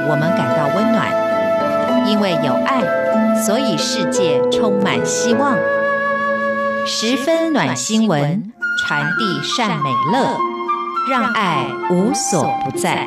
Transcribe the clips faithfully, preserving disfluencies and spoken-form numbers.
我们感到温暖，因为有爱，所以世界充满希望。十分暖新闻，传递善美乐，让爱无所不在。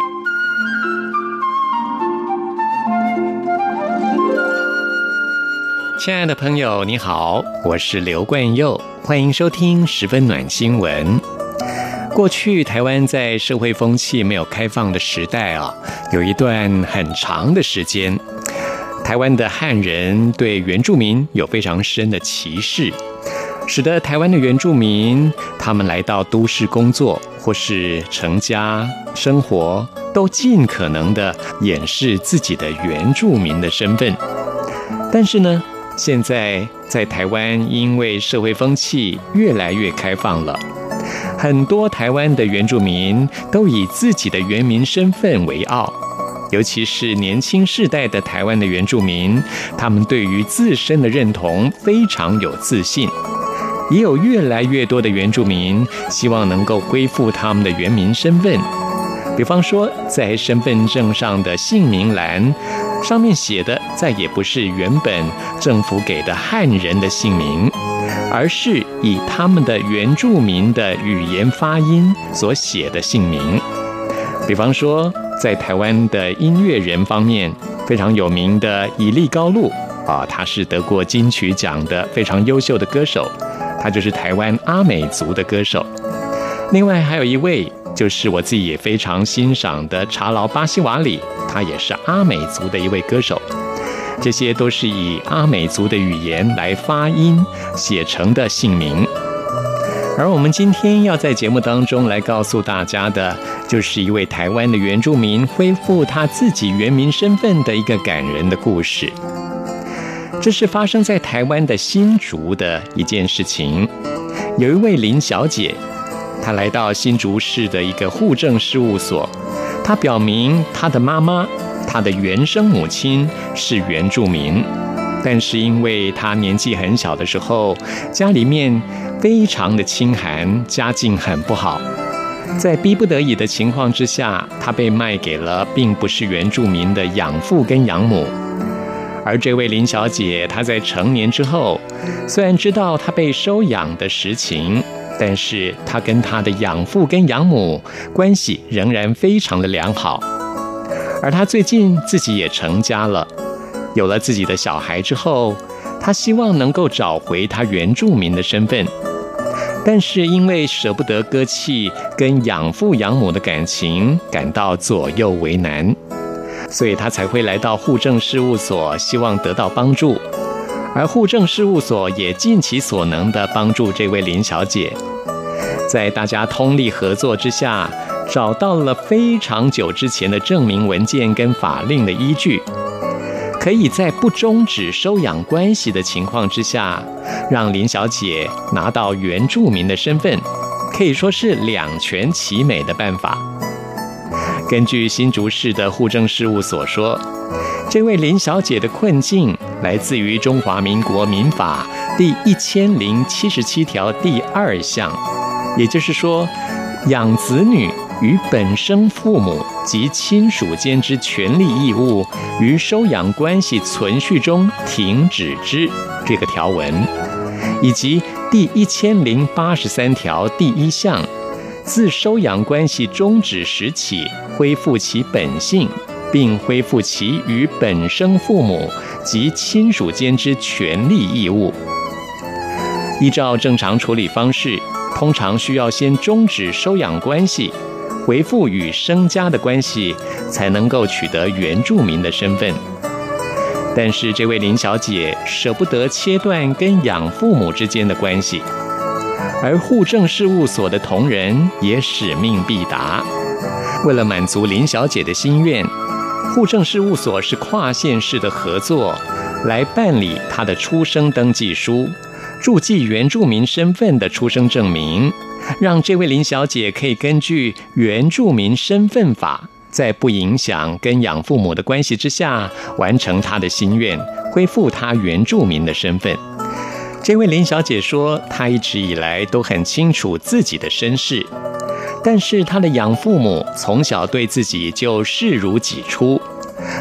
亲爱的朋友你好，我是刘冠佑，欢迎收听十分暖新闻。过去台湾在社会风气没有开放的时代啊，有一段很长的时间，台湾的汉人对原住民有非常深的歧视，使得台湾的原住民他们来到都市工作或是成家生活，都尽可能的掩饰自己的原住民的身份。但是呢，现在在台湾因为社会风气越来越开放了，很多台湾的原住民都以自己的原民身份为傲，尤其是年轻世代的台湾的原住民，他们对于自身的认同非常有自信。也有越来越多的原住民希望能够恢复他们的原民身份，比方说在身份证上的姓名栏上面写的再也不是原本政府给的汉人的姓名，而是以他们的原住民的语言发音所写的姓名。比方说在台湾的音乐人方面，非常有名的以利高露啊，他是得过金曲奖的非常优秀的歌手，他就是台湾阿美族的歌手。另外还有一位就是我自己也非常欣赏的查劳巴西瓦里，他也是阿美族的一位歌手。这些都是以阿美族的语言来发音写成的姓名。而我们今天要在节目当中来告诉大家的，就是一位台湾的原住民恢复他自己原民身份的一个感人的故事。这是发生在台湾的新竹的一件事情。有一位林小姐，她来到新竹市的一个户政事务所，她表明她的妈妈，她的原生母亲是原住民，但是因为她年纪很小的时候，家里面非常的清寒，家境很不好，在逼不得已的情况之下，她被卖给了并不是原住民的养父跟养母。而这位林小姐，她在成年之后，虽然知道她被收养的实情，但是她跟她的养父跟养母关系仍然非常的良好。而她最近自己也成家了，有了自己的小孩之后，她希望能够找回她原住民的身份，但是因为舍不得割弃跟养父养母的感情，感到左右为难，所以他才会来到户政事务所，希望得到帮助。而户政事务所也尽其所能地帮助这位林小姐，在大家通力合作之下，找到了非常久之前的证明文件跟法令的依据，可以在不终止收养关系的情况之下，让林小姐拿到原住民的身份，可以说是两全其美的办法。根据新竹市的户政事务所说，这位林小姐的困境来自于中华民国民法第一千零七十七条第二项，也就是说，养子女与本生父母及亲属间之权利义务于收养关系存续中停止之这个条文，以及第一千零八十三条第一项，自收养关系终止时起恢复其本性，并恢复其与本生父母及亲属间之权利义务。依照正常处理方式，通常需要先终止收养关系，恢复与生家的关系，才能够取得原住民的身份。但是这位林小姐舍不得切断跟养父母之间的关系，而户政事务所的同仁也使命必达。为了满足林小姐的心愿，户政事务所是跨县市的合作，来办理她的出生登记书，注记原住民身份的出生证明，让这位林小姐可以根据原住民身份法，在不影响跟养父母的关系之下，完成她的心愿，恢复她原住民的身份。这位林小姐说，她一直以来都很清楚自己的身世，但是她的养父母从小对自己就视如己出，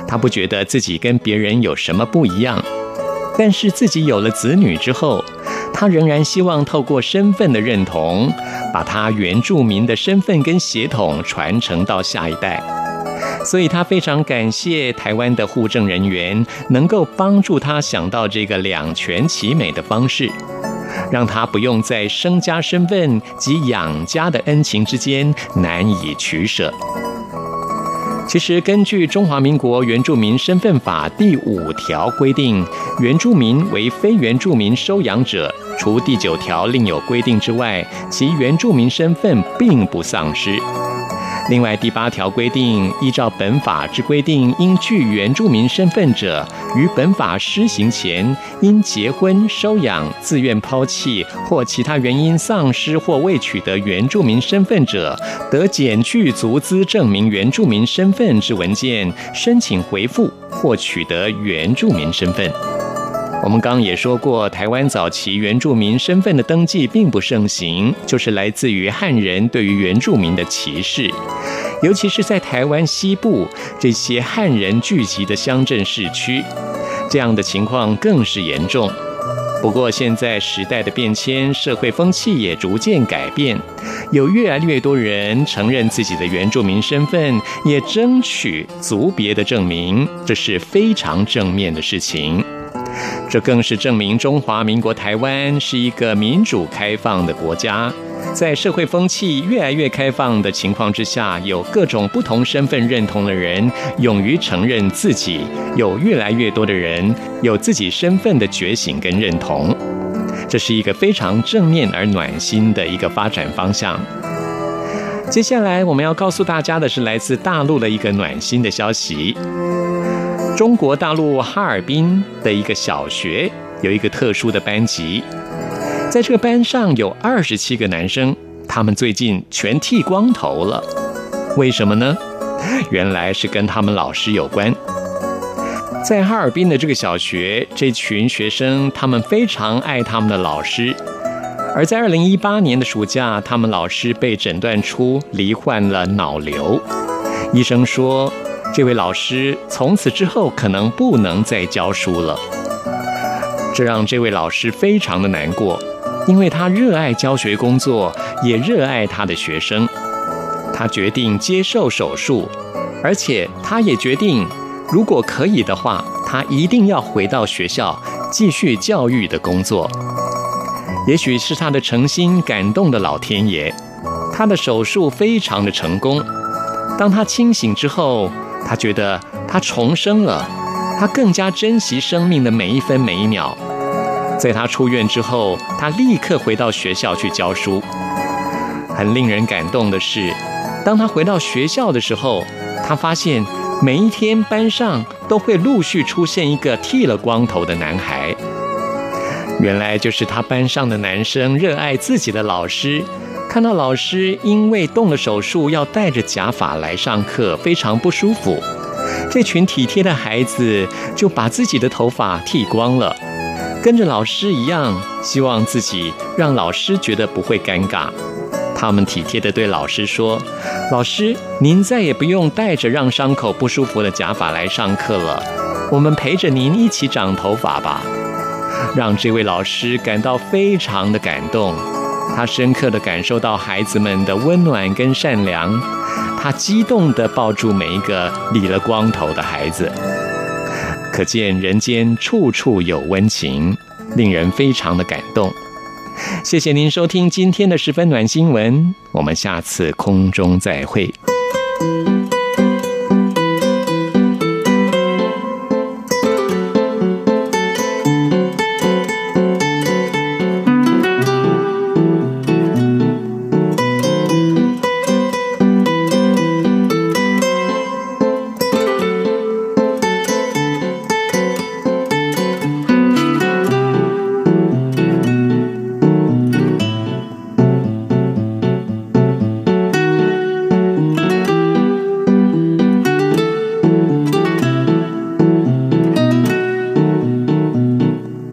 他不觉得自己跟别人有什么不一样，但是自己有了子女之后，他仍然希望透过身份的认同，把他原住民的身份跟血统传承到下一代。所以他非常感谢台湾的户政人员能够帮助他想到这个两全其美的方式，让他不用在生家身份及养家的恩情之间难以取舍。其实根据中华民国原住民身份法第五条规定，原住民为非原住民收养者，除第九条另有规定之外，其原住民身份并不丧失。另外第八条规定，依照本法之规定，应具原住民身份者，于本法施行前因结婚、收养、自愿抛弃或其他原因丧失或未取得原住民身份者，得检具足资证明原住民身份之文件，申请回复或取得原住民身份。我们刚刚也说过，台湾早期原住民身份的登记并不盛行，就是来自于汉人对于原住民的歧视，尤其是在台湾西部这些汉人聚集的乡镇市区，这样的情况更是严重。不过现在时代的变迁，社会风气也逐渐改变，有越来越多人承认自己的原住民身份，也争取族别的证明，这是非常正面的事情。这更是证明中华民国台湾是一个民主开放的国家，在社会风气越来越开放的情况之下，有各种不同身份认同的人勇于承认自己，有越来越多的人有自己身份的觉醒跟认同，这是一个非常正面而暖心的一个发展方向。接下来我们要告诉大家的是来自大陆的一个暖心的消息。中国大陆哈尔滨的一个小学有一个特殊的班级，在这个班上有二十七个男生，他们最近全剃光头了。为什么呢？原来是跟他们老师有关。在哈尔滨的这个小学，这群学生他们非常爱他们的老师，而在二零一八年的暑假，他们老师被诊断出罹患了脑瘤，医生说这位老师从此之后可能不能再教书了。这让这位老师非常的难过，因为他热爱教学工作，也热爱他的学生。他决定接受手术，而且他也决定，如果可以的话，他一定要回到学校继续教育的工作。也许是他的诚心感动的老天爷，他的手术非常的成功。当他清醒之后，他觉得他重生了，他更加珍惜生命的每一分每一秒。在他出院之后，他立刻回到学校去教书。很令人感动的是，当他回到学校的时候，他发现每一天班上都会陆续出现一个剃了光头的男孩。原来就是他班上的男生热爱自己的老师，看到老师因为动了手术要戴着假发来上课，非常不舒服，这群体贴的孩子就把自己的头发剃光了，跟着老师一样，希望自己让老师觉得不会尴尬。他们体贴地对老师说，老师，您再也不用戴着让伤口不舒服的假发来上课了，我们陪着您一起长头发吧。让这位老师感到非常的感动，他深刻地感受到孩子们的温暖跟善良，他激动地抱住每一个理了光头的孩子。可见人间处处有温情，令人非常的感动。谢谢您收听今天的十分暖新闻，我们下次空中再会。